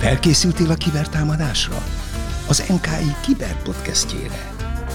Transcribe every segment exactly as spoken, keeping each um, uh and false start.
Felkészültél a kibertámadásra? Az en ká i Kiberpodcastjére.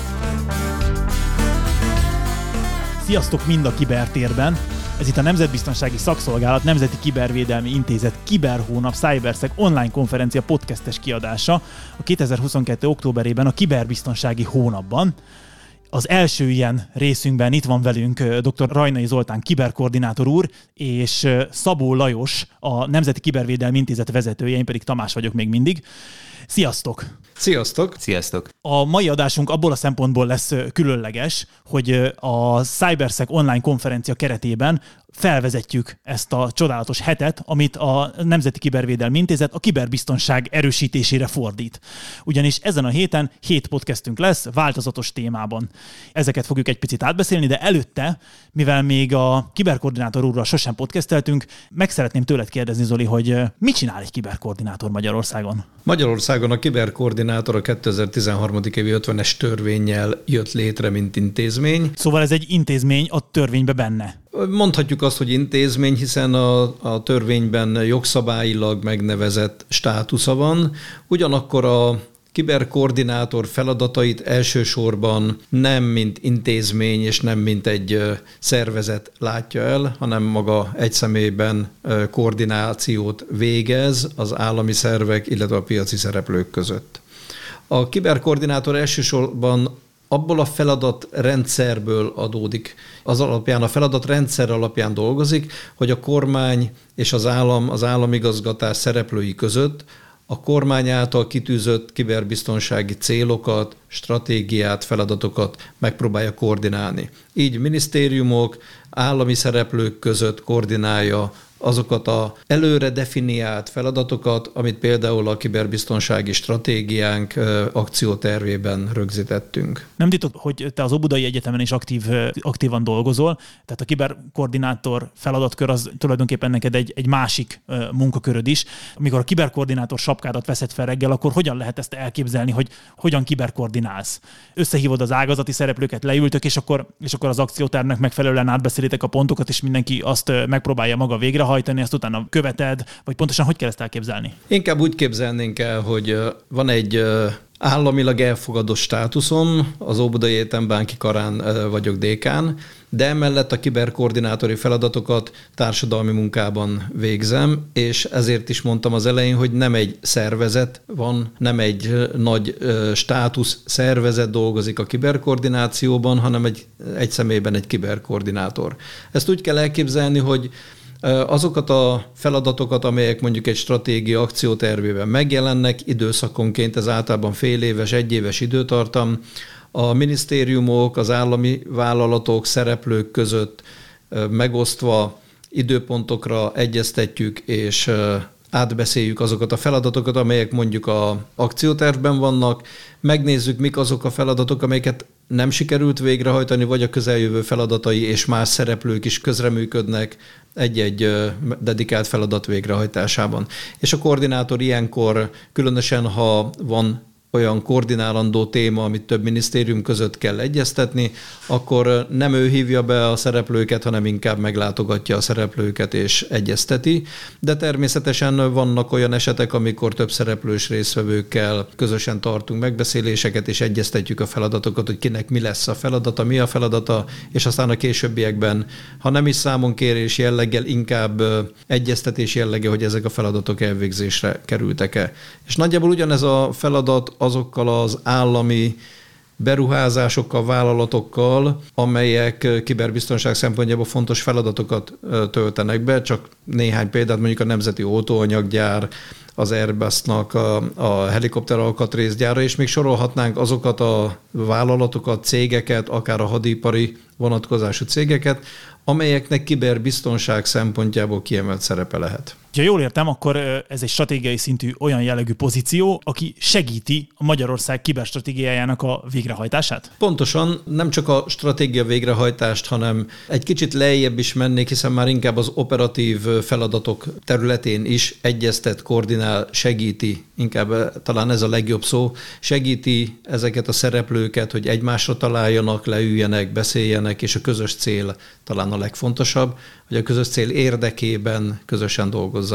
Sziasztok mind a kibertérben! Ez itt a Nemzetbiztonsági Szakszolgálat Nemzeti Kibervédelmi Intézet Kiberhónap Cybersec online konferencia podcastes kiadása a kétezer-huszonkettő októberében a kiberbiztonsági hónapban. Az első ilyen részünkben itt van velünk dr. Rajnai Zoltán kiberkoordinátor úr, és Szabó Lajos, a Nemzeti Kibervédelmi Intézet vezetője, én pedig Tamás vagyok még mindig. Sziasztok! Sziasztok! Sziasztok! A mai adásunk abból a szempontból lesz különleges, hogy a Cybersec online konferencia keretében felvezetjük ezt a csodálatos hetet, amit a Nemzeti Kibervédelmi Intézet a kiberbiztonság erősítésére fordít. Ugyanis ezen a héten hét podcastünk lesz változatos témában. Ezeket fogjuk egy picit átbeszélni, de előtte, mivel még a kiberkoordinátor úrral sosem podcasteltünk, meg szeretném tőled kérdezni, Zoli, hogy mit csinál egy kiberkoordinátor Magyarországon? Magyarországon a kiberkoordinátor a kétezer-tizenhárom. évi ötvenes törvénnyel jött létre, mint intézmény. Szóval ez egy intézmény a törvénybe benne. Mondhatjuk azt, hogy intézmény, hiszen a, a törvényben jogszabályilag megnevezett státusza van. Ugyanakkor a kiberkoordinátor feladatait elsősorban nem mint intézmény és nem mint egy szervezet látja el, hanem maga egy személyben koordinációt végez az állami szervek, illetve a piaci szereplők között. A kiberkoordinátor elsősorban abból a feladatrendszerből adódik, az alapján, a feladatrendszer alapján dolgozik, hogy a kormány és az állam, az államigazgatás szereplői között a kormány által kitűzött kiberbiztonsági célokat, stratégiát, feladatokat megpróbálja koordinálni. Így minisztériumok, állami szereplők között koordinálja azokat az előre definiált feladatokat, amit például a kiberbiztonsági stratégiánk akciótervében rögzítettünk. Nem titok, hogy te az Óbudai Egyetemen is aktív, aktívan dolgozol, tehát a kiberkoordinátor feladatkör az tulajdonképpen neked egy, egy másik munkaköröd is. Amikor a kiberkoordinátor sapkádat veszed fel reggel, akkor hogyan lehet ezt elképzelni, hogy hogyan kiberkoordinálsz? Összehívod az ágazati szereplőket, leültök, és akkor, és akkor az akciótervnek megfelelően átbeszélitek a pontokat, és mindenki azt megpróbálja maga végrehajtani, hajtani, ezt utána követed, vagy pontosan hogy kell ezt elképzelni? Inkább úgy képzelnénk el, hogy van egy államilag elfogadott státuszom, az Óbudai Egyetem Bánki Karán vagyok dékán, de emellett a kiberkoordinátori feladatokat társadalmi munkában végzem, és ezért is mondtam az elején, hogy nem egy szervezet van, nem egy nagy státusz szervezet dolgozik a kiberkoordinációban, hanem egy, egy személyben egy kiberkoordinátor. Ezt úgy kell elképzelni, hogy azokat a feladatokat, amelyek mondjuk egy stratégia akciótervében megjelennek, időszakonként, ez általában fél éves, egyéves időtartam, a minisztériumok, az állami vállalatok, szereplők között megosztva időpontokra egyeztetjük, és átbeszéljük azokat a feladatokat, amelyek mondjuk az akciótervben vannak, megnézzük, mik azok a feladatok, amelyeket nem sikerült végrehajtani, vagy a közeljövő feladatai és más szereplők is közreműködnek egy-egy dedikált feladat végrehajtásában. És a koordinátor ilyenkor, különösen ha van olyan koordinálandó téma, amit több minisztérium között kell egyeztetni, akkor nem ő hívja be a szereplőket, hanem inkább meglátogatja a szereplőket és egyezteti. De természetesen vannak olyan esetek, amikor több szereplős résztvevőkkel közösen tartunk megbeszéléseket, és egyeztetjük a feladatokat, hogy kinek mi lesz a feladata, mi a feladata, és aztán a későbbiekben, ha nem is számonkérés jelleggel, inkább egyeztetés jellege, hogy ezek a feladatok elvégzésre kerültek-e. És nagyjából ugyanez a feladat azokkal az állami beruházásokkal, vállalatokkal, amelyek kiberbiztonság szempontjából fontos feladatokat töltenek be. Csak néhány példát, mondjuk a Nemzeti Oltóanyaggyár, az Airbusnak a, a helikopter alkatrészgyára, és még sorolhatnánk azokat a vállalatokat, cégeket, akár a hadipari vonatkozású cégeket, amelyeknek kiberbiztonság szempontjából kiemelt szerepe lehet. Ha jól értem, akkor ez egy stratégiai szintű olyan jellegű pozíció, aki segíti a Magyarország kiberstratégiájának a végrehajtását? Pontosan, nem csak a stratégia végrehajtást, hanem egy kicsit lejjebb is mennék, hiszen már inkább az operatív feladatok területén is egyeztet, koordinál, segíti, inkább talán ez a legjobb szó, segíti ezeket a szereplőket, hogy egymásra találjanak, leüljenek, beszéljenek, és a közös cél talán a legfontosabb, hogy a közös cél érdekében közösen dolgozzanak.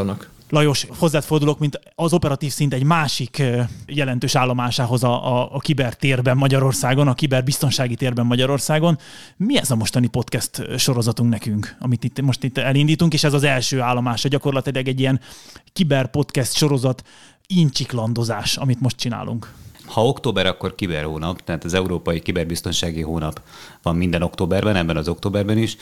Lajos, hozzád fordulok, mint az operatív szint egy másik jelentős állomásához a, a, a kibertérben Magyarországon, a kiberbiztonsági térben Magyarországon. Mi ez a mostani podcast sorozatunk nekünk, amit itt most itt elindítunk, és ez az első állomása gyakorlatilag egy ilyen kiberpodcast sorozat incsiklandozás, amit most csinálunk. Ha október, akkor kiberhónap, tehát az Európai Kiberbiztonsági Hónap van minden októberben, ebben az októberben is,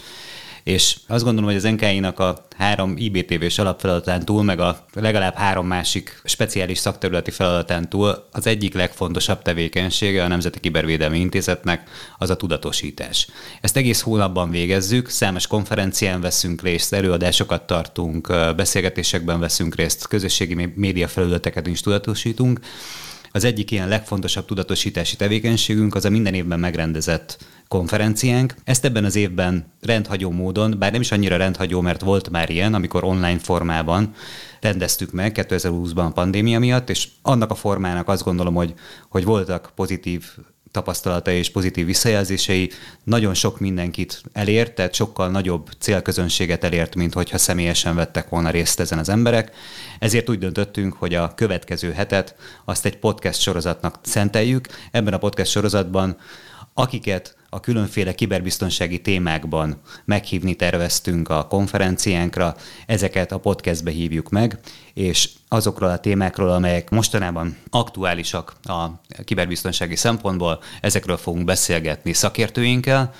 és azt gondolom, hogy az en ká i-nak a három i bé té vés alapfeladatán túl, meg a legalább három másik speciális szakterületi feladatán túl az egyik legfontosabb tevékenysége a Nemzeti Kibervédelmi Intézetnek az a tudatosítás. Ezt egész hónapban végezzük, számos konferencián veszünk részt, előadásokat tartunk, beszélgetésekben veszünk részt, közösségi média felületeket is tudatosítunk. Az egyik ilyen legfontosabb tudatosítási tevékenységünk az a minden évben megrendezett konferenciánk. Ezt ebben az évben rendhagyó módon, bár nem is annyira rendhagyó, mert volt már ilyen, amikor online formában rendeztük meg kétezer-húszban a pandémia miatt, és annak a formának azt gondolom, hogy, hogy voltak pozitív tapasztalatai és pozitív visszajelzései, nagyon sok mindenkit elért, tehát sokkal nagyobb célközönséget elért, mint hogyha személyesen vettek volna részt ezen az emberek. Ezért úgy döntöttünk, hogy a következő hetet azt egy podcast sorozatnak szenteljük. Ebben a podcast sorozatban akiket a különféle kiberbiztonsági témákban meghívni terveztünk a konferenciánkra, ezeket a podcastbe hívjuk meg, és azokról a témákról, amelyek mostanában aktuálisak a kiberbiztonsági szempontból, ezekről fogunk beszélgetni szakértőinkkel,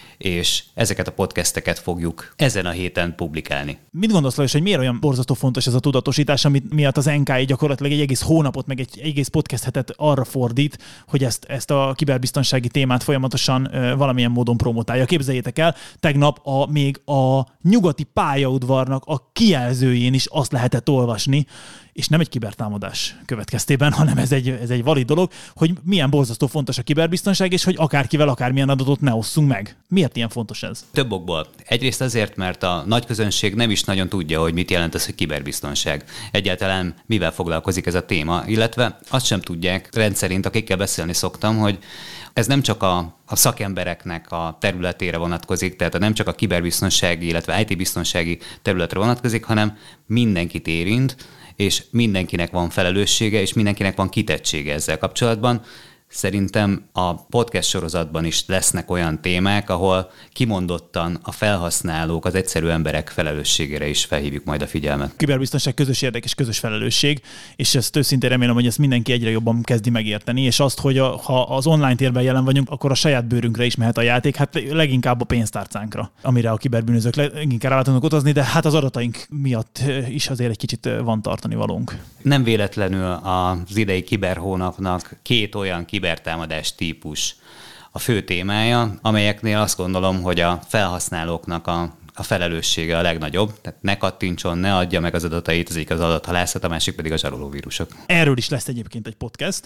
és ezeket a podcasteket fogjuk ezen a héten publikálni. Mit gondolsz, Lajos, hogy miért olyan borzasztó fontos ez a tudatosítás, amit miatt az en ká i gyakorlatilag egy egész hónapot, meg egy egész podcast hetet arra fordít, hogy ezt, ezt a kiberbiztonsági témát folyamatosan uh, valamilyen módon promotálja. Képzeljétek el, tegnap a, még a nyugati pályaudvarnak a kijelzőjén is azt lehetett olvasni, és nem egy kibertámadás következtében, hanem ez egy, ez egy valid dolog, hogy milyen borzasztó fontos a kiberbiztonság, és hogy akárkivel akármilyen adatot ne osszunk meg. Miért ilyen fontos ez? Több okból. Egyrészt azért, mert a nagy közönség nem is nagyon tudja, hogy mit jelent ez, hogy kiberbiztonság. Egyáltalán mivel foglalkozik ez a téma, illetve azt sem tudják rendszerint, akikkel beszélni szoktam, hogy ez nem csak a, a szakembereknek a területére vonatkozik, tehát nem csak a kiberbiztonsági, illetve í té-biztonsági területre vonatkozik, hanem mindenkit érint, és mindenkinek van felelőssége, és mindenkinek van kitettsége ezzel kapcsolatban. Szerintem a podcast sorozatban is lesznek olyan témák, ahol kimondottan a felhasználók, az egyszerű emberek felelősségére is felhívjuk majd a figyelmet. Kiberbiztonság közös érdek és közös felelősség, és ezt őszintén remélem, hogy ezt mindenki egyre jobban kezdi megérteni, és azt, hogy a, ha az online térben jelen vagyunk, akkor a saját bőrünkre is mehet a játék, hát leginkább a pénztárcánkra, amire a kiberbűnözők leginkább rá tudnak utazni, de hát az adataink miatt is azért egy kicsit van tartani valónk. Nem véletlenül az idei kiberhónapnak két olyan kibertámadás típus a fő témája, amelyeknél azt gondolom, hogy a felhasználóknak a, a felelőssége a legnagyobb. Tehát ne kattintson, ne adja meg az adatait, az egyik az adathalászat, a másik pedig a zsarolóvírusok. Erről is lesz egyébként egy podcast,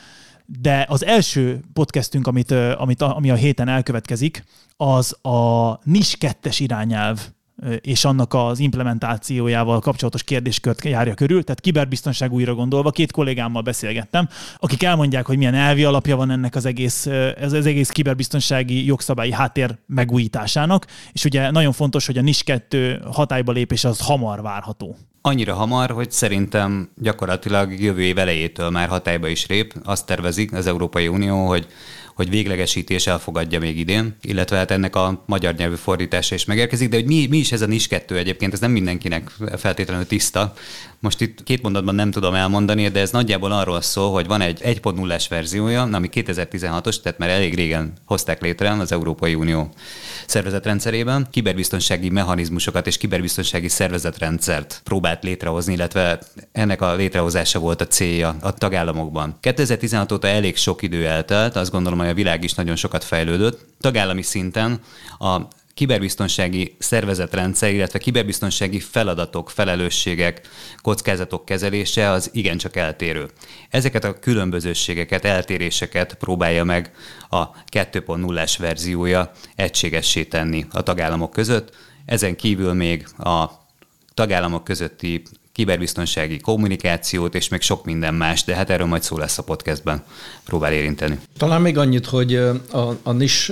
de az első podcastünk, amit, amit a, ami a héten elkövetkezik, az a en i es kettes irányelv és annak az implementációjával kapcsolatos kérdéskört járja körül, tehát kiberbiztonság újra gondolva, két kollégámmal beszélgettem, akik elmondják, hogy milyen elvi alapja van ennek az egész, ez az egész kiberbiztonsági jogszabályi háttér megújításának, és ugye nagyon fontos, hogy a en i es kettő hatályba lépés az hamar várható. Annyira hamar, hogy szerintem gyakorlatilag jövő év elejétől már hatályba is lép. Azt tervezik az Európai Unió, hogy hogy véglegesítés elfogadja még idén, illetve hát ennek a magyar nyelvű fordítása is megérkezik, de hogy mi, mi is ez a en i es kettő egyébként, ez nem mindenkinek feltétlenül tiszta. Most itt két mondatban nem tudom elmondani, de ez nagyjából arról szól, hogy van egy egy pont nullás verziója, ami kétezer-tizenhatos, tehát már elég régen hozták létre az Európai Unió szervezetrendszerében. Kiberbiztonsági mechanizmusokat és kiberbiztonsági szervezetrendszert próbált létrehozni, illetve ennek a létrehozása volt a célja a tagállamokban. kétezer-tizenhat óta elég sok idő eltelt, azt gondolom, hogy a világ is nagyon sokat fejlődött. Tagállami szinten a kiberbiztonsági szervezetrendszer, illetve kiberbiztonsági feladatok, felelősségek, kockázatok kezelése az igencsak eltérő. Ezeket a különbözőségeket, eltéréseket próbálja meg a kettő pont nullás verziója egységessé tenni a tagállamok között. Ezen kívül még a tagállamok közötti kiberbiztonsági kommunikációt, és még sok minden más, de hát erről majd szó lesz a podcastben, próbál érinteni. Talán még annyit, hogy a, a nis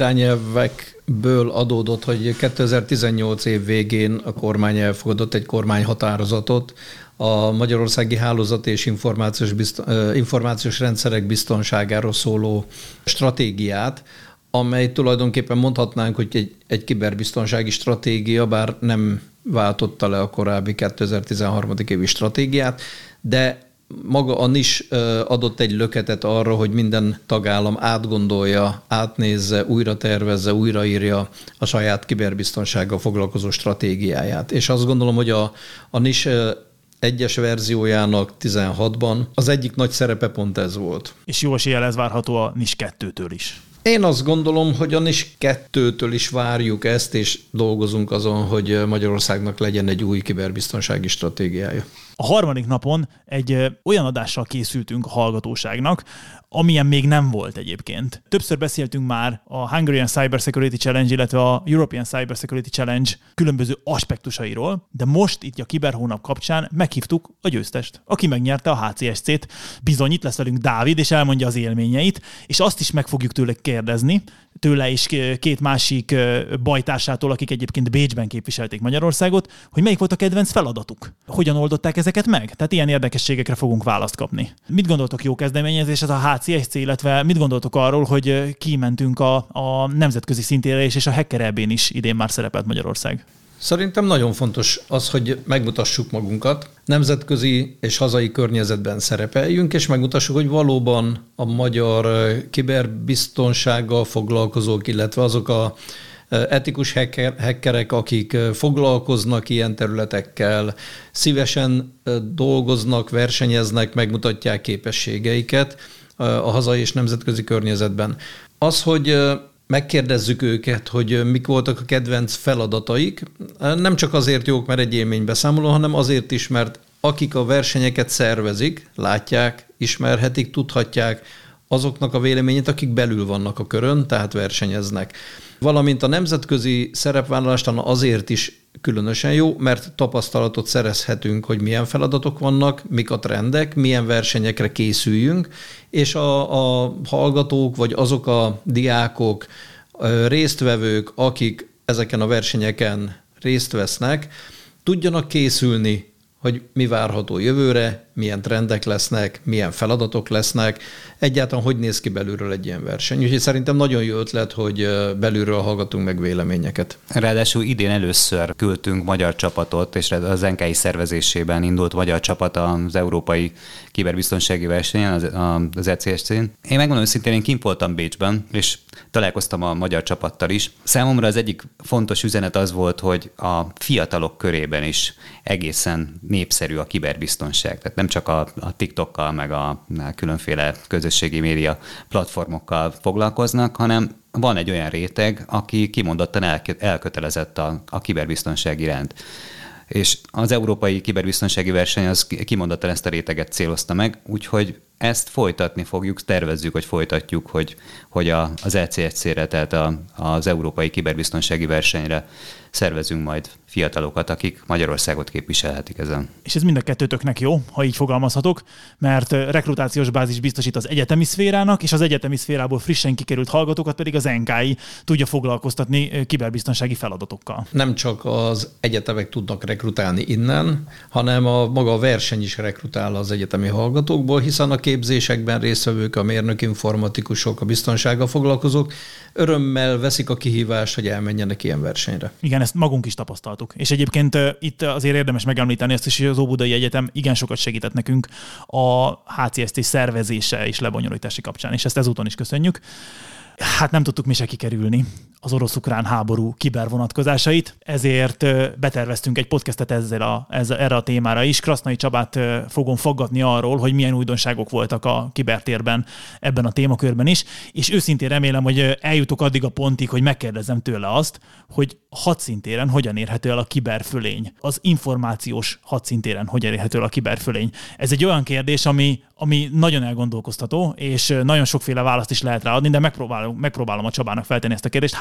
irányelvekből adódott, hogy kétezer-tizennyolc év végén a kormány elfogadott egy kormányhatározatot a magyarországi hálózati és információs, bizton, információs rendszerek biztonságáról szóló stratégiát, amely tulajdonképpen mondhatnánk, hogy egy, egy kiberbiztonsági stratégia, bár nem váltotta le a korábbi kétezer-tizenhárom évi stratégiát, de maga a nis adott egy löketet arra, hogy minden tagállam átgondolja, átnézze, újra tervezze, újraírja a saját kiberbiztonsággal foglalkozó stratégiáját. És azt gondolom, hogy a, a nis egyes verziójának tizenhatban az egyik nagy szerepe pont ez volt. És jó eséllyel ez várható a nis kettőtől is. Én azt gondolom, hogy a nis kettőtől is várjuk ezt, és dolgozunk azon, hogy Magyarországnak legyen egy új kiberbiztonsági stratégiája. A harmadik napon egy olyan adással készültünk a hallgatóságnak, amilyen még nem volt egyébként. Többször beszéltünk már a Hungarian Cybersecurity Challenge, illetve a European Cybersecurity Challenge különböző aspektusairól, de most itt a Kiberhónap kapcsán meghívtuk a győztest, aki megnyerte a há cé es cét. Bizony itt lesz velünk Dávid, és elmondja az élményeit, és azt is meg fogjuk tőle kérdezni, tőle és két másik bajtársától, akik egyébként Bécsben képviselték Magyarországot, hogy melyik volt a kedvenc feladatuk. Hogyan oldották ezeket meg? Tehát ilyen érdekességekre fogunk választ kapni. Mit gondoltok, jó kezdeményezés ez a há cé es cé, illetve mit gondoltok arról, hogy kimentünk a, a nemzetközi szintére is, és a Hacker é bén is idén már szerepelt Magyarország? Szerintem nagyon fontos az, hogy megmutassuk magunkat, nemzetközi és hazai környezetben szerepeljünk, és megmutassuk, hogy valóban a magyar kiberbiztonsággal foglalkozók, illetve azok a etikus hacker, hackerek, akik foglalkoznak ilyen területekkel, szívesen dolgoznak, versenyeznek, megmutatják képességeiket a hazai és nemzetközi környezetben. Az, hogy megkérdezzük őket, hogy mik voltak a kedvenc feladataik, nem csak azért jók, mert egy élménybeszámoló, hanem azért is, mert akik a versenyeket szervezik, látják, ismerhetik, tudhatják azoknak a véleményét, akik belül vannak a körön, tehát versenyeznek. Valamint a nemzetközi szerepvállalás azért is különösen jó, mert tapasztalatot szerezhetünk, hogy milyen feladatok vannak, mik a trendek, milyen versenyekre készüljünk, és a, a hallgatók, vagy azok a diákok, résztvevők, akik ezeken a versenyeken részt vesznek, tudjanak készülni, hogy mi várható jövőre, milyen trendek lesznek, milyen feladatok lesznek, egyáltalán hogy néz ki belülről egy ilyen verseny. Úgyhogy szerintem nagyon jó ötlet, hogy belülről hallgatunk meg véleményeket. Ráadásul idén először küldtünk magyar csapatot, és az en ká i szervezésében indult magyar csapat az Európai Kiberbiztonsági Versenyen, az, az é cé es cén. Én megmondom őszintén, én kint voltam Bécsben, és találkoztam a magyar csapattal is. Számomra az egyik fontos üzenet az volt, hogy a fiatalok körében is egészen népszerű a kiberbiztonság. Tehát nem csak a, a TikTokkal, meg a, a különféle közösségi média platformokkal foglalkoznak, hanem van egy olyan réteg, aki kimondottan elkötelezett a, a kiberbiztonság iránt. És az Európai Kiberbiztonsági Verseny az kimondottan ezt a réteget célozta meg, úgyhogy ezt folytatni fogjuk, tervezzük, hogy folytatjuk, hogy, hogy a, az é cé es cére, tehát a, az Európai Kiberbiztonsági Versenyre szervezünk majd fiatalokat, akik Magyarországot képviselhetik ezen. És ez mind a kettőtöknek jó, ha így fogalmazhatok, mert rekrutációs bázis biztosít az egyetemi szférának, és az egyetemi szférából frissen kikerült hallgatókat pedig az en ká i tudja foglalkoztatni kiberbiztonsági feladatokkal. Nem csak az egyetemek tudnak rekrutálni innen, hanem a maga a verseny is rekrutál az egyetemi hallgatókból, hiszen a képzésekben résztvevők, a mérnök, informatikusok, a biztonsággal foglalkozók örömmel veszik a kihívást, hogy elmenjenek ilyen versenyre. Igen, ezt magunk is tapasztaltuk. És egyébként uh, itt azért érdemes megemlíteni ezt is, hogy az Óbudai Egyetem igen sokat segített nekünk a há cé es cé szervezése és lebonyolítási kapcsán, és ezt ezúton is köszönjük. Hát nem tudtuk mi se kikerülni az orosz-ukrán háború kibervonatkozásait, ezért beterveztünk egy podcastet ezzel a, ezzel, erre a témára is. Krasznai Csabát fogom faggatni arról, hogy milyen újdonságok voltak a kibertérben ebben a témakörben is, és őszintén remélem, hogy eljutok addig a pontig, hogy megkérdezem tőle azt, hogy hadszintéren hogyan érhető el a kiberfölény, az információs hadszintéren hogyan érhető el a kiberfölény. Ez egy olyan kérdés, ami, ami nagyon elgondolkoztató, és nagyon sokféle választ is lehet ráadni, de megpróbálom, megpróbálom a Csabának feltenni ezt a kérdést. Hát,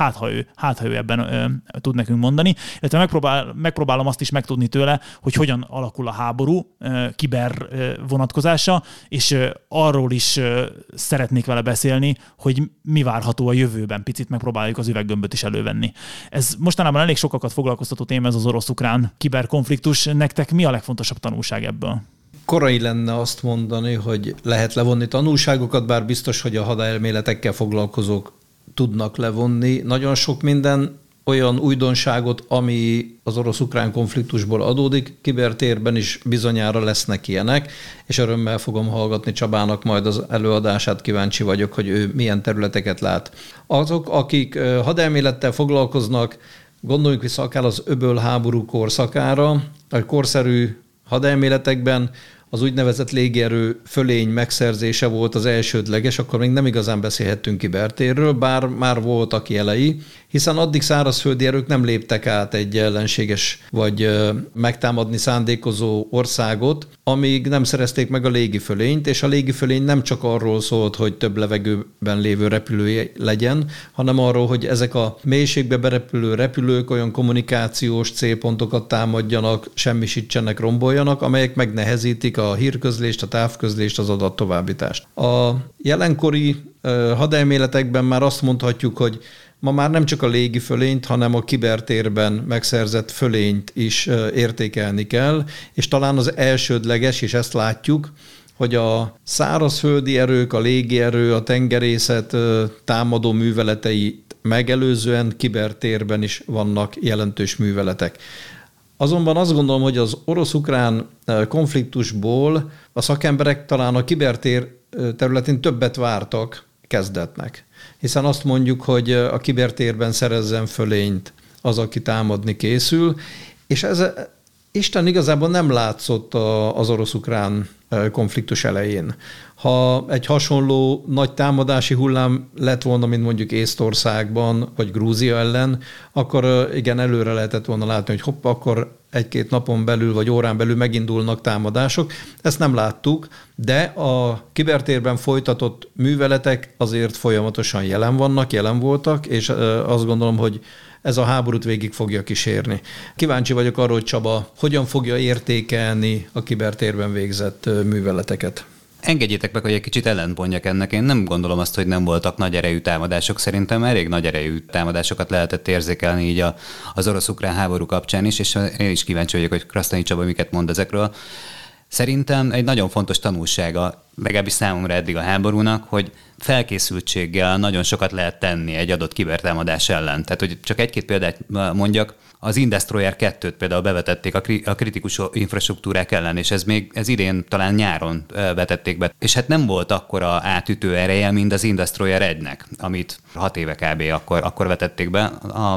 hát ha ő, hát, ha ő ebben ö, tud nekünk mondani. Illetve megpróbál, megpróbálom azt is megtudni tőle, hogy hogyan alakul a háború ö, kiber ö, vonatkozása, és ö, arról is ö, szeretnék vele beszélni, hogy mi várható a jövőben. Picit megpróbáljuk az üveggömböt is elővenni. Ez mostanában elég sokakat foglalkoztató téma, ez az orosz-ukrán kiberkonfliktus. Nektek mi a legfontosabb tanulság ebből? Korai lenne azt mondani, hogy lehet levonni tanulságokat, bár biztos, hogy a hadelméletekkel foglalkozók tudnak levonni. Nagyon sok minden olyan újdonságot, ami az orosz-ukrán konfliktusból adódik, kibertérben is bizonyára lesznek ilyenek, és örömmel fogom hallgatni Csabának majd az előadását, kíváncsi vagyok, hogy ő milyen területeket lát. Azok, akik hadelmélettel foglalkoznak, gondoljunk vissza akár az öbölháború korszakára, a korszerű hadelméletekben az úgynevezett légierő fölény megszerzése volt az elsődleges, akkor még nem igazán beszélhettünk kibertérről, bár már voltak jelei, hiszen addig szárazföldi erők nem léptek át egy ellenséges vagy megtámadni szándékozó országot, amíg nem szerezték meg a légifölényt, és a légifölény nem csak arról szólt, hogy több levegőben lévő repülő legyen, hanem arról, hogy ezek a mélységbe berepülő repülők olyan kommunikációs célpontokat támadjanak, semmisítsenek, romboljanak, amelyek megnehezítik a hírközlést, a távközlést, az adattovábbítást. A jelenkori hadelméletekben már azt mondhatjuk, hogy ma már nem csak a légi fölényt, hanem a kibertérben megszerzett fölényt is értékelni kell, és talán az elsődleges, és ezt látjuk, hogy a szárazföldi erők, a légierő, a tengerészet támadó műveleteit megelőzően kibertérben is vannak jelentős műveletek. Azonban azt gondolom, hogy az orosz-ukrán konfliktusból a szakemberek talán a kibertér területén többet vártak kezdetnek. Hiszen azt mondjuk, hogy a kibertérben szerezzen fölényt az, aki támadni készül, és ez Isten igazából nem látszott az orosz-ukrán konfliktus elején. Ha egy hasonló nagy támadási hullám lett volna, mint mondjuk Észtországban, vagy Grúzia ellen, akkor igen, előre lehetett volna látni, hogy hopp, akkor egy-két napon belül, vagy órán belül megindulnak támadások. Ezt nem láttuk, de a kibertérben folytatott műveletek azért folyamatosan jelen vannak, jelen voltak, és azt gondolom, hogy ez a háborút végig fogja kísérni. Kíváncsi vagyok arról, hogy Csaba hogyan fogja értékelni a kibertérben végzett műveleteket. Engedjétek meg, hogy egy kicsit ellentmondjak ennek. Én nem gondolom azt, hogy nem voltak nagy erejű támadások. Szerintem elég nagy erejű támadásokat lehetett érzékelni így a, az orosz-ukrán háború kapcsán is, és én is kíváncsi vagyok, hogy Krasztányi Csaba miket mond ezekről. Szerintem egy nagyon fontos tanulsága, legalábbis számomra eddig a háborúnak, hogy felkészültséggel nagyon sokat lehet tenni egy adott kibertámadás ellen. Tehát, hogy csak egy-két példát mondjak, az Indestroyer kettőt például bevetették a kritikus infrastruktúrák ellen, és ez még ez idén talán nyáron vetették be. És hát nem volt akkora átütő ereje, mint az Indestroyer egynek, amit hat éve kb. akkor, akkor vetették be,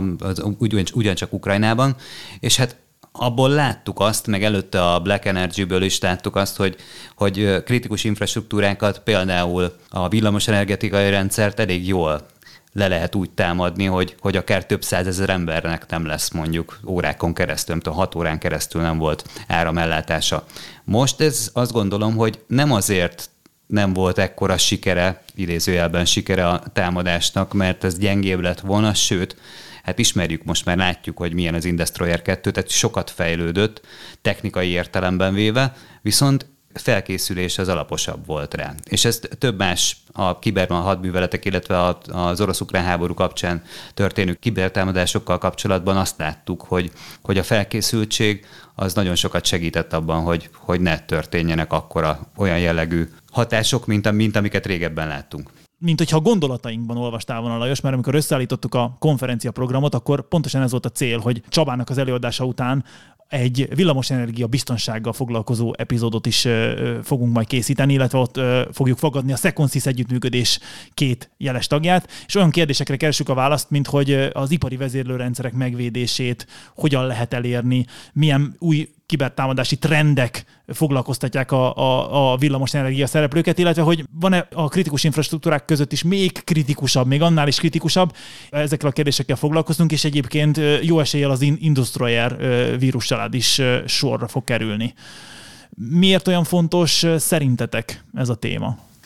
ugyan, ugyancsak Ukrajnában, és hát abból láttuk azt, meg előtte a Black Energy-ből is láttuk azt, hogy, hogy kritikus infrastruktúrákat, például a villamosenergetikai rendszert elég jól le lehet úgy támadni, hogy, hogy akár több százezer embernek nem lesz mondjuk órákon keresztül, nem tudom, hat órán keresztül nem volt áramellátása. Most ez azt gondolom, hogy nem azért nem volt ekkora sikere, idézőjelben sikere a támadásnak, mert ez gyengébb lett volna, sőt, hát ismerjük, most már látjuk, hogy milyen az Indestroyer kettő, tehát sokat fejlődött technikai értelemben véve, viszont felkészülés az alaposabb volt rá. És ez több más a kiberban hadműveletek, illetve az orosz-ukrán háború kapcsán történő kibertámadásokkal kapcsolatban azt láttuk, hogy, hogy a felkészültség az nagyon sokat segített abban, hogy, hogy ne történjenek akkora olyan jellegű hatások, mint, mint amiket régebben láttunk. Mint hogyha a gondolatainkban olvastál volna, Lajos, mert amikor összeállítottuk a konferenciaprogramot, akkor pontosan ez volt a cél, hogy Csabának az előadása után egy villamosenergia biztonsággal foglalkozó epizódot is fogunk majd készíteni, illetve ott fogjuk fogadni a Seconsys együttműködés két jeles tagját, és olyan kérdésekre keresünk a választ, mint hogy az ipari vezérlőrendszerek megvédését hogyan lehet elérni, milyen új kibertámadási trendek foglalkoztatják a, a, a villamosenergia szereplőket, illetve hogy van-e a kritikus infrastruktúrák között is még kritikusabb, még annál is kritikusabb. Ezekkel a kérdésekkel foglalkoztunk, és egyébként jó eséllyel az Indestroyer víruscsalád is sorra fog kerülni. Miért olyan fontos szerintetek ez a téma?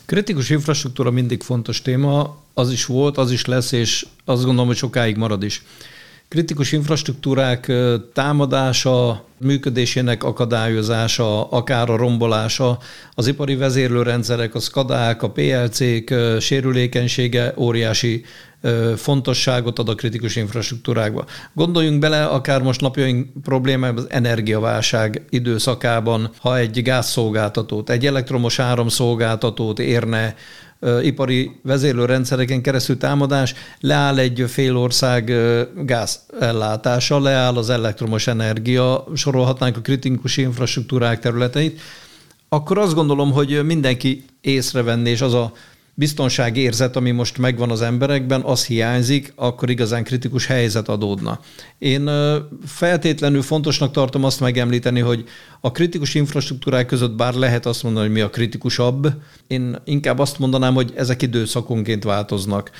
Kritikus infrastruktúra mindig fontos téma, az is volt, az is lesz, és azt gondolom, hogy sokáig marad is. Kritikus infrastruktúrák támadása, működésének akadályozása, akár a rombolása, az ipari vezérlőrendszerek, a szkadák, a pé el cék sérülékenysége óriási fontosságot ad a kritikus infrastruktúrákba. Gondoljunk bele, akár most napjaink problémában az energiaválság időszakában, ha egy gázszolgáltatót, egy elektromos áramszolgáltatót érne ipari vezérlőrendszereken keresztül támadás, leáll egy fél ország gázellátása, leáll az elektromos energia, sorolhatnánk a kritikus infrastruktúrák területeit, akkor azt gondolom, hogy mindenki észrevenné, és az a biztonságérzet, ami most megvan az emberekben, az hiányzik, akkor igazán kritikus helyzet adódna. Én feltétlenül fontosnak tartom azt megemlíteni, hogy a kritikus infrastruktúrák között bár lehet azt mondani, hogy mi a kritikusabb, én inkább azt mondanám, hogy ezek időszakonként változnak.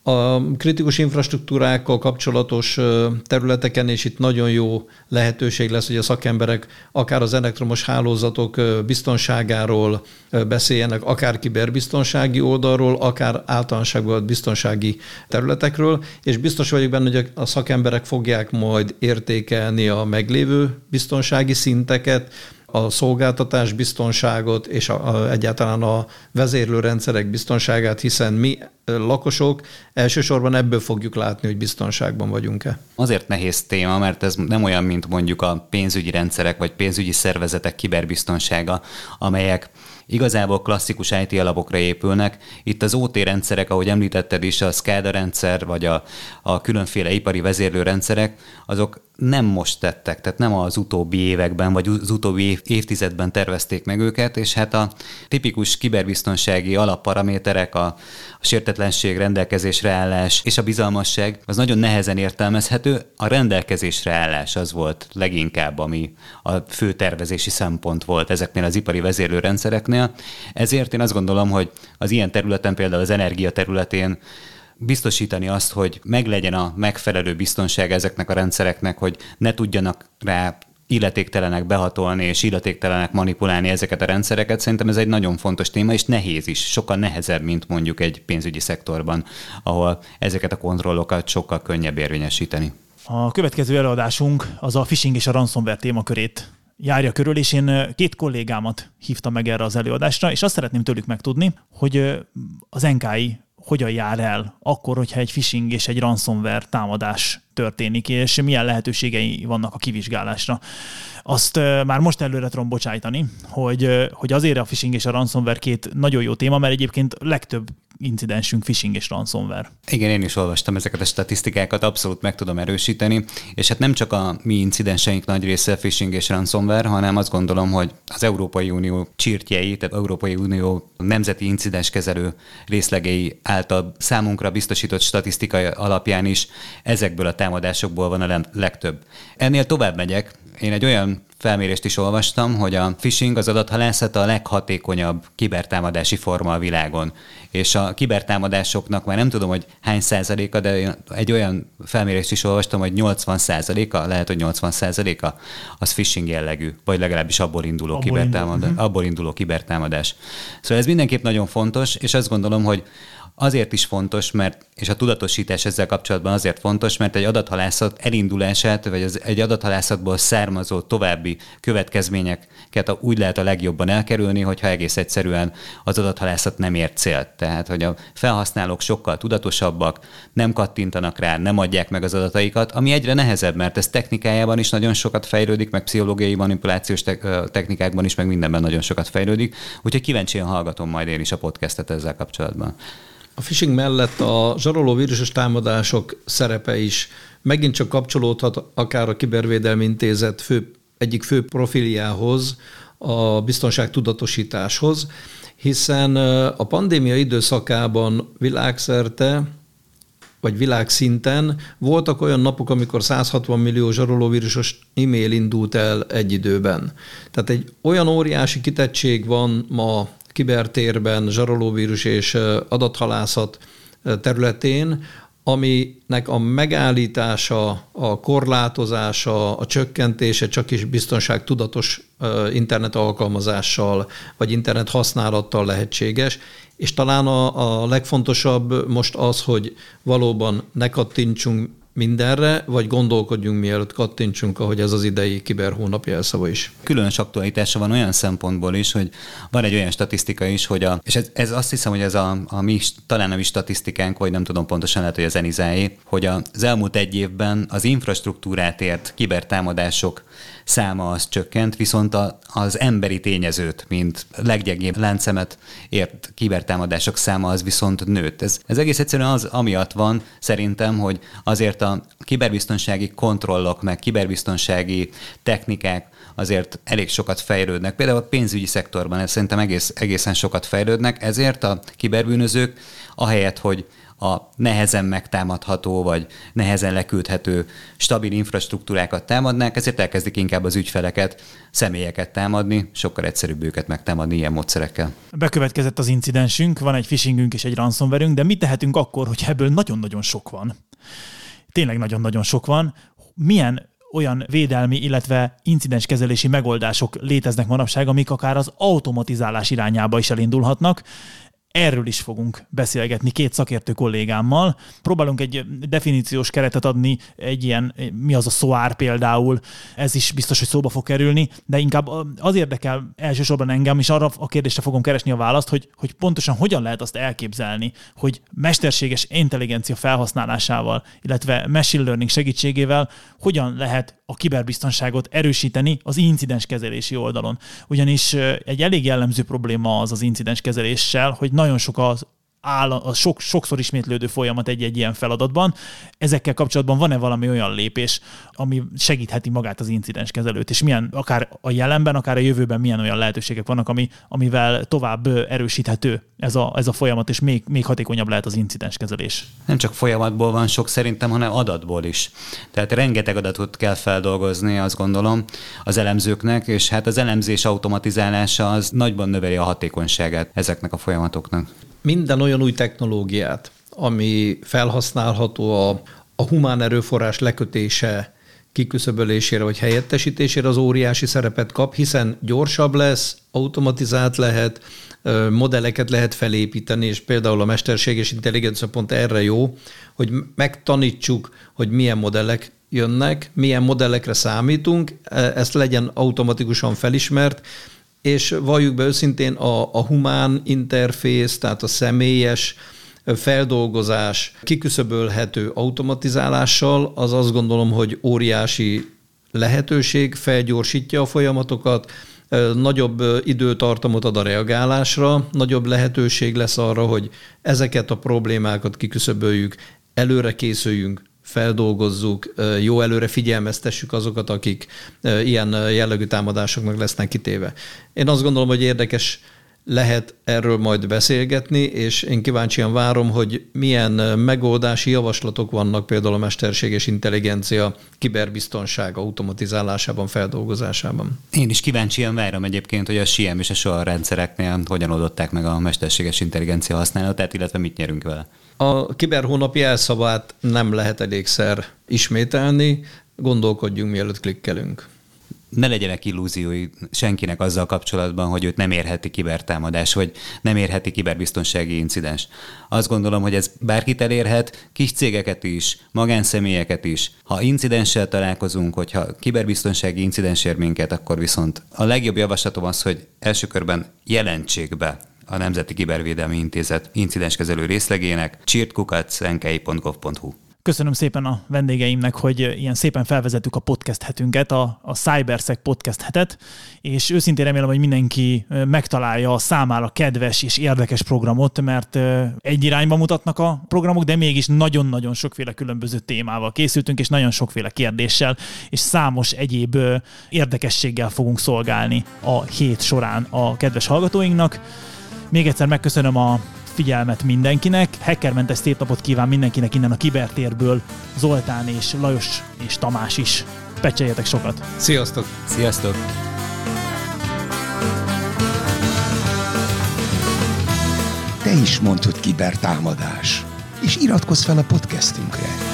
A kritikus infrastruktúrákkal kapcsolatos területeken, és itt nagyon jó lehetőség lesz, hogy a szakemberek akár az elektromos hálózatok biztonságáról beszéljenek, akár kiberbiztonsági oldalról, akár általánosságban biztonsági területekről, és biztos vagyok benne, hogy a szakemberek fogják majd értékelni a meglévő biztonsági szinteket, a szolgáltatás biztonságot és a, a, egyáltalán a vezérlőrendszerek biztonságát, hiszen mi lakosok elsősorban ebből fogjuk látni, hogy biztonságban vagyunk-e. Azért nehéz téma, mert ez nem olyan, mint mondjuk a pénzügyi rendszerek vagy pénzügyi szervezetek kiberbiztonsága, amelyek igazából klasszikus í té alapokra épülnek. Itt az ó té rendszerek, ahogy említetted is, a SCADA rendszer, vagy a, a különféle ipari vezérlőrendszerek, azok nem most tettek, tehát nem az utóbbi években, vagy az utóbbi év, évtizedben tervezték meg őket, és hát a tipikus kiberbiztonsági alapparaméterek, a, a sértetlenség, rendelkezésre állás és a bizalmasság, az nagyon nehezen értelmezhető. A rendelkezésre állás az volt leginkább, ami a fő tervezési szempont volt ezeknél az ipari vezérlőrendszereknél. Ezért én azt gondolom, hogy az ilyen területen, például az energia területén biztosítani azt, hogy meglegyen a megfelelő biztonság ezeknek a rendszereknek, hogy ne tudjanak rá illetéktelenek behatolni és illetéktelenek manipulálni ezeket a rendszereket. Szerintem ez egy nagyon fontos téma, és nehéz is, sokkal nehezebb, mint mondjuk egy pénzügyi szektorban, ahol ezeket a kontrollokat sokkal könnyebb érvényesíteni. A következő előadásunk az a phishing és a ransomware témakörét járja körül, és én két kollégámat hívtam meg erre az előadásra, és azt szeretném tőlük megtudni, hogy az en ká i hogyan jár el akkor, hogyha egy phishing és egy ransomware támadás történik, és milyen lehetőségei vannak a kivizsgálásra. Azt uh, már most előre tudom bocsájtani, hogy, uh, hogy azért a phishing és a ransomware két nagyon jó téma, mert egyébként legtöbb incidensünk phishing és ransomware. Igen, én is olvastam ezeket a statisztikákat, abszolút meg tudom erősíteni, és hát nem csak a mi incidenseink nagy része phishing és ransomware, hanem azt gondolom, hogy az Európai Unió csirtjei, tehát Európai Unió nemzeti incidenskezelő részlegei által számunkra biztosított statisztikai alapján is ezekből a támadásokból van a legtöbb. Ennél tovább megyek, én egy olyan felmérést is olvastam, hogy a phishing, az adathalászat a leghatékonyabb kibertámadási forma a világon. És a kibertámadásoknak már nem tudom, hogy hány százaléka, de egy olyan felmérést is olvastam, hogy nyolcvan százaléka, lehet, hogy nyolcvan százaléka az phishing jellegű, vagy legalábbis abból induló, abból kibertámadás, indul. abból induló kibertámadás. Szóval ez mindenképp nagyon fontos, és azt gondolom, hogy azért is fontos, mert, és a tudatosítás ezzel kapcsolatban azért fontos, mert egy adathalászat elindulását, vagy az, egy adathalászatból származó további következményeket úgy lehet a legjobban elkerülni, hogyha egész egyszerűen az adathalászat nem ér célt. Tehát, hogy a felhasználók sokkal tudatosabbak, nem kattintanak rá, nem adják meg az adataikat, ami egyre nehezebb, mert ez technikájában is nagyon sokat fejlődik, meg pszichológiai manipulációs technikákban is, meg mindenben nagyon sokat fejlődik. Úgyhogy kíváncsian hallgatom majd én is a podcastet ezzel kapcsolatban. A phishing mellett a zsaroló vírusos támadások szerepe is megint csak kapcsolódhat akár a Kibervédelmi Intézet fő, egyik fő profiljához, a biztonságtudatosításhoz, hiszen a pandémia időszakában világszerte, vagy világszinten voltak olyan napok, amikor száz hatvan millió zsarolóvírusos e-mail indult el egy időben. Tehát egy olyan óriási kitettség van ma kibertérben, zsarolóvírus és adathalászat területén, aminek a megállítása, a korlátozása, a csökkentése csak is biztonságtudatos internet alkalmazással, vagy internet használattal lehetséges, és talán a, a legfontosabb most az, hogy valóban ne kattintsunk mindenre, vagy gondolkodjunk, mielőtt kattintsunk, ahogy ez az idei kiberhónap jelszava is. Különös aktualitása van olyan szempontból is, hogy van egy olyan statisztika is, hogy a, és ez, ez azt hiszem, hogy ez a, a mi, talán a mi statisztikánk, vagy nem tudom pontosan, lehet, hogy az Enizáé, hogy az elmúlt egy évben az infrastruktúrát ért kibertámadások száma az csökkent, viszont a, az emberi tényezőt, mint leggyengébb láncemet ért kibertámadások száma az viszont nőtt. Ez, ez egész egyszerűen az amiatt van szerintem, hogy azért a kiberbiztonsági kontrollok, meg kiberbiztonsági technikák azért elég sokat fejlődnek. Például a pénzügyi szektorban ez szerintem egész, egészen sokat fejlődnek, ezért a kiberbűnözők ahelyett, hogy a nehezen megtámadható, vagy nehezen leküldhető stabil infrastruktúrákat támadnák, ezért elkezdik inkább az ügyfeleket, személyeket támadni, sokkal egyszerűbb őket megtámadni ilyen módszerekkel. Bekövetkezett az incidensünk, van egy phishingünk és egy ransomwareünk, de mit tehetünk akkor, hogy ebből nagyon-nagyon sok van? Tényleg nagyon-nagyon sok van. Milyen olyan védelmi, illetve incidenskezelési megoldások léteznek manapság, amik akár az automatizálás irányába is elindulhatnak? Erről is fogunk beszélgetni két szakértő kollégámmal. Próbálunk egy definíciós keretet adni, egy ilyen, mi az a szóár például, ez is biztos, hogy szóba fog kerülni, de inkább az érdekel elsősorban engem, és arra a kérdésre fogom keresni a választ, hogy, hogy pontosan hogyan lehet azt elképzelni, hogy mesterséges intelligencia felhasználásával, illetve machine learning segítségével hogyan lehet a kiberbiztonságot erősíteni az incidenskezelési oldalon. Ugyanis egy elég jellemző probléma az az incidenskezeléssel, hogy nagyon sok az áll, a sok, sokszor ismétlődő folyamat egy-egy ilyen feladatban. Ezekkel kapcsolatban van-e valami olyan lépés, ami segítheti magát az incidenskezelőt, és milyen, akár a jelenben, akár a jövőben milyen olyan lehetőségek vannak, ami, amivel tovább erősíthető ez a, ez a folyamat, és még, még hatékonyabb lehet az incidenskezelés? Nem csak folyamatból van sok szerintem, hanem adatból is. Tehát rengeteg adatot kell feldolgozni, azt gondolom, az elemzőknek, és hát az elemzés automatizálása az nagyban növeli a hatékonyságát ezeknek a folyamatoknak. Minden olyan új technológiát, ami felhasználható a, a humán erőforrás lekötése, kiküszöbölésére vagy helyettesítésére, az óriási szerepet kap, hiszen gyorsabb lesz, automatizált lehet, modelleket lehet felépíteni, és például a mesterséges intelligencia pont erre jó, hogy megtanítsuk, hogy milyen modellek jönnek, milyen modellekre számítunk, ezt legyen automatikusan felismert, és valljuk be őszintén a, a humán interfész, tehát a személyes feldolgozás kiküszöbölhető automatizálással, az azt gondolom, hogy óriási lehetőség, felgyorsítja a folyamatokat, nagyobb időtartamot ad a reagálásra, nagyobb lehetőség lesz arra, hogy ezeket a problémákat kiküszöböljük, előre készüljünk, feldolgozzuk, jó előre figyelmeztessük azokat, akik ilyen jellegű támadásoknak lesznek kitéve. Én azt gondolom, hogy érdekes lehet erről majd beszélgetni, és én kíváncsian várom, hogy milyen megoldási javaslatok vannak például a mesterséges intelligencia kiberbiztonság automatizálásában, feldolgozásában. Én is kíváncsian várom egyébként, hogy a es i em és a SOA rendszereknél hogyan oldották meg a mesterséges intelligencia használatát, illetve mit nyerünk vele. A kiberhónap jelszavát nem lehet elégszer ismételni, gondolkodjunk, mielőtt klikkelünk. Ne legyenek illúziói senkinek azzal kapcsolatban, hogy őt nem érheti kibertámadás, vagy nem érheti kiberbiztonsági incidens. Azt gondolom, hogy ez bárkit elérhet, kis cégeket is, magánszemélyeket is. Ha incidenssel találkozunk, hogyha kiberbiztonsági incidens ér minket, akkor viszont a legjobb javaslatom az, hogy első körben jelentsék be a Nemzeti Kibervédelmi Intézet incidenskezelő részlegének csírt kukac en ká i pont gov pont hu. Köszönöm szépen a vendégeimnek, hogy ilyen szépen felvezettük a podcast hetünket, a, a CyberSec podcast hetet, és őszintén remélem, hogy mindenki megtalálja a számára kedves és érdekes programot, mert egy irányba mutatnak a programok, de mégis nagyon-nagyon sokféle különböző témával készültünk, és nagyon sokféle kérdéssel, és számos egyéb érdekességgel fogunk szolgálni a hét során a kedves hallgatóinknak. Még egyszer megköszönöm a figyelmet mindenkinek, hackermentes szép napot kíván mindenkinek innen a kibertérből, Zoltán és Lajos és Tamás is. Pecseljetek sokat! Sziasztok! Sziasztok! Te is mondtad kibertámadás. és iratkozz fel a podcastünkre.